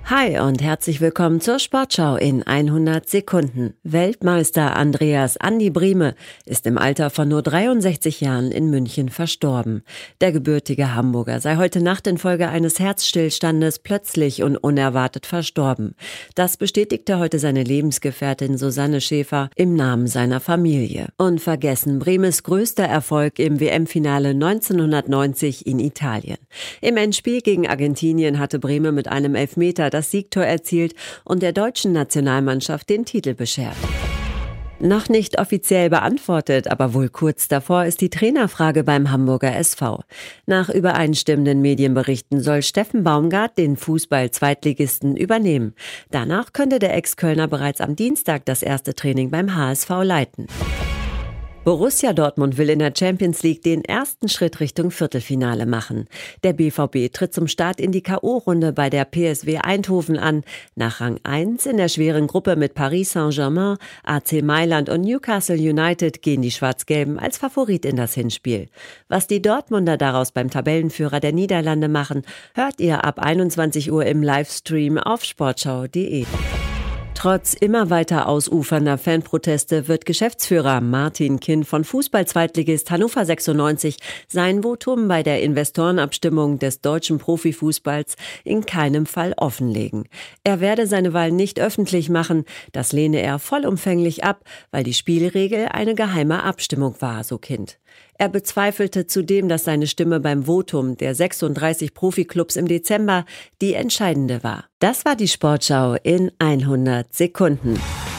Hi und herzlich willkommen zur Sportschau in 100 Sekunden. Weltmeister Andreas Andi Brehme ist im Alter von nur 63 Jahren in München verstorben. Der gebürtige Hamburger sei heute Nacht infolge eines Herzstillstandes plötzlich und unerwartet verstorben. Das bestätigte heute seine Lebensgefährtin Susanne Schäfer im Namen seiner Familie. Unvergessen Brehmes größter Erfolg im WM-Finale 1990 in Italien. Im Endspiel gegen Argentinien hatte Brehme mit einem Elfmeter das Siegtor erzielt und der deutschen Nationalmannschaft den Titel beschert. Noch nicht offiziell beantwortet, aber wohl kurz davor ist die Trainerfrage beim Hamburger SV. Nach übereinstimmenden Medienberichten soll Steffen Baumgart den Fußball-Zweitligisten übernehmen. Danach könnte der Ex-Kölner bereits am Dienstag das erste Training beim HSV leiten. Borussia Dortmund will in der Champions League den ersten Schritt Richtung Viertelfinale machen. Der BVB tritt zum Start in die K.O.-Runde bei der PSW Eindhoven an. Nach Rang 1 in der schweren Gruppe mit Paris Saint-Germain, AC Mailand und Newcastle United gehen die Schwarz-Gelben als Favorit in das Hinspiel. Was die Dortmunder daraus beim Tabellenführer der Niederlande machen, hört ihr ab 21 Uhr im Livestream auf sportschau.de. Trotz immer weiter ausufernder Fanproteste wird Geschäftsführer Martin Kind von Fußball-Zweitligist Hannover 96 sein Votum bei der Investorenabstimmung des deutschen Profifußballs in keinem Fall offenlegen. Er werde seine Wahl nicht öffentlich machen, das lehne er vollumfänglich ab, weil die Spielregel eine geheime Abstimmung war, so Kind. Er bezweifelte zudem, dass seine Stimme beim Votum der 36 Profiklubs im Dezember die entscheidende war. Das war die Sportschau in 100 Sekunden.